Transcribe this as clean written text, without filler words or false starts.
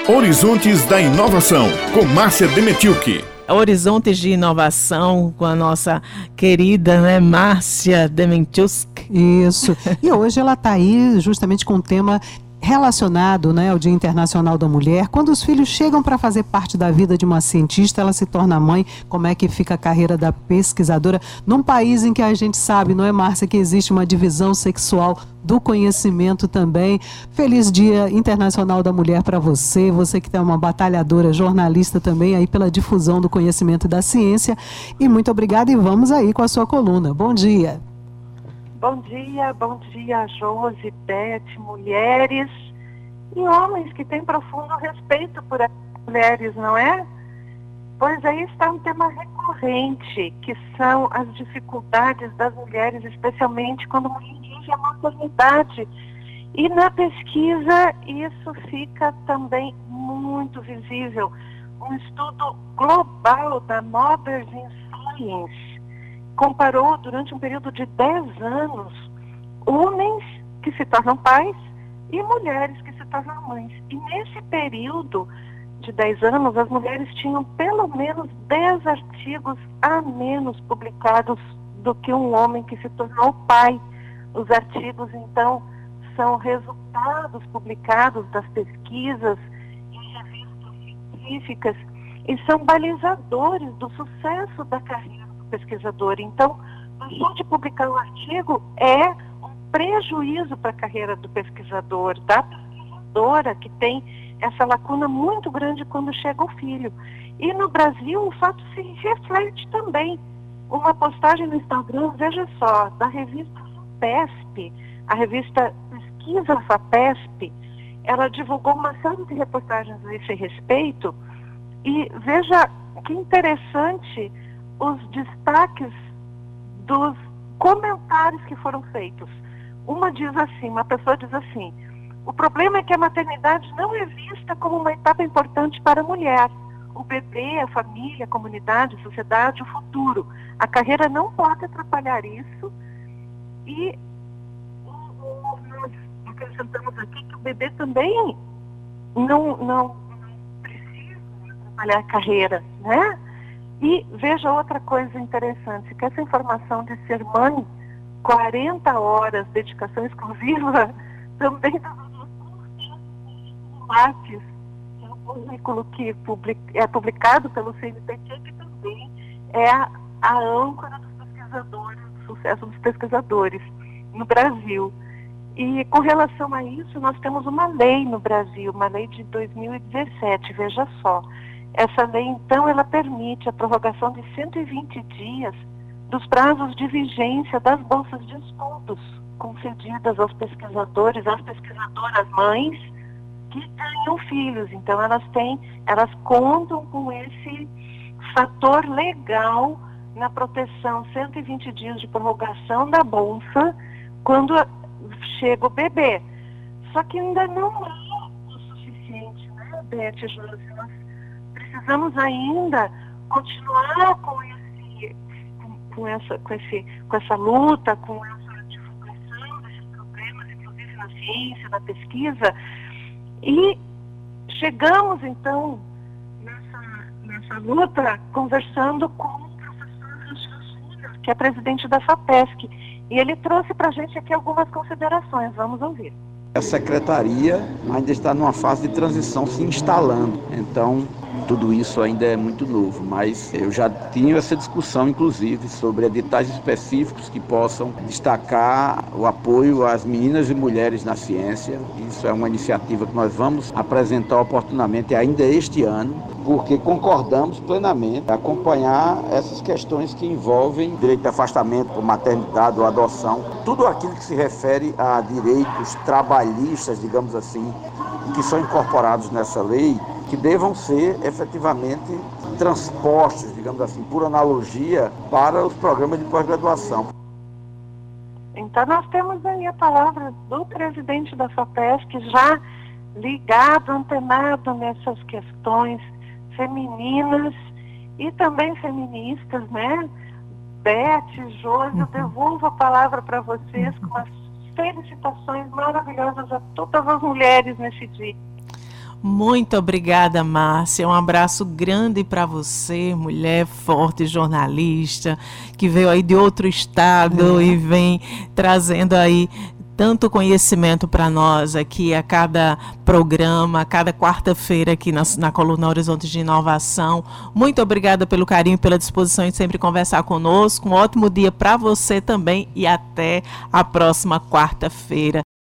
Horizontes da Inovação, com Márcia Demetilke. Horizontes de Inovação com a nossa querida, Márcia Demetilke. Isso. E hoje ela está aí justamente com um tema relacionado, ao Dia Internacional da Mulher. Quando os filhos chegam para fazer parte da vida de uma cientista, ela se torna mãe. Como é que fica a carreira da pesquisadora num país em que a gente sabe, não é, Márcia, que existe uma divisão sexual do conhecimento também. Feliz Dia Internacional da Mulher para você que é uma batalhadora, jornalista também aí pela difusão do conhecimento e da ciência. E muito obrigada, e vamos aí com a sua coluna. Bom dia. Bom dia, Josi, Beth, mulheres e homens que têm profundo respeito por as mulheres, não é? Pois aí está um tema recorrente, que são as dificuldades das mulheres, especialmente quando a mulher vive a maternidade. E na pesquisa isso fica também muito visível. Um estudo global da Nobel Science comparou durante um período de 10 anos homens que se tornam pais e mulheres que se tornam mães. E nesse período de 10 anos, as mulheres tinham pelo menos 10 artigos a menos publicados do que um homem que se tornou pai. Os artigos, então, são resultados publicados das pesquisas em revistas científicas e são balizadores do sucesso da carreira pesquisador. Então, deixar de publicar um artigo é um prejuízo para a carreira do pesquisador, da pesquisadora, que tem essa lacuna muito grande quando chega o filho. E no Brasil o fato se reflete também. Uma postagem no Instagram, veja só, da revista FAPESP, a revista Pesquisa FAPESP, ela divulgou uma série de reportagens a esse respeito, e veja que interessante os destaques dos comentários que foram feitos. Uma pessoa diz assim: o problema é que a maternidade não é vista como uma etapa importante para a mulher. O bebê, a família, a comunidade, a sociedade, o futuro. A carreira não pode atrapalhar isso. E nós acrescentamos aqui que o bebê também não precisa atrapalhar a carreira, né? E veja outra coisa interessante, que essa informação de ser mãe, 40 horas, dedicação exclusiva, também Lattes, que é um currículo que é publicado pelo CNPq, que também é a âncora dos pesquisadores, do sucesso dos pesquisadores no Brasil. E com relação a isso, nós temos uma lei no Brasil, uma lei de 2017, veja só. Essa lei, então, ela permite a prorrogação de 120 dias dos prazos de vigência das bolsas de estudos concedidas aos pesquisadores, às pesquisadoras mães que tenham filhos. Então, elas contam com esse fator legal na proteção, 120 dias de prorrogação da bolsa quando chega o bebê. Só que ainda não é o suficiente, né, Beth e Josi? Nós precisamos ainda continuar com essa luta, com essa divulgação desses problemas, inclusive na ciência, na pesquisa. E chegamos, então, nessa luta, conversando com o professor Rangel, que é presidente da FAPESP. E ele trouxe para a gente aqui algumas considerações. Vamos ouvir. A secretaria ainda está numa fase de transição se instalando, então tudo isso ainda é muito novo, mas eu já tinha essa discussão, inclusive, sobre editais específicos que possam destacar o apoio às meninas e mulheres na ciência. Isso é uma iniciativa que nós vamos apresentar oportunamente ainda este ano, porque concordamos plenamente em acompanhar essas questões que envolvem direito de afastamento por maternidade ou adoção, tudo aquilo que se refere a direitos trabalhistas, digamos assim, que são incorporados nessa lei, que devam ser efetivamente transpostos, digamos assim, por analogia, para os programas de pós-graduação. Então nós temos aí a palavra do presidente da FAPESP, já ligado, antenado nessas questões femininas e também feministas, né? Beth, Josi, eu devolvo a palavra para vocês com as felicitações maravilhosas a todas as mulheres nesse dia. Muito obrigada, Márcia. Um abraço grande para você, mulher forte, jornalista, que veio aí de outro estado e vem trazendo aí tanto conhecimento para nós aqui a cada programa, a cada quarta-feira aqui na coluna Horizontes de Inovação. Muito obrigada pelo carinho e pela disposição de sempre conversar conosco. Um ótimo dia para você também e até a próxima quarta-feira.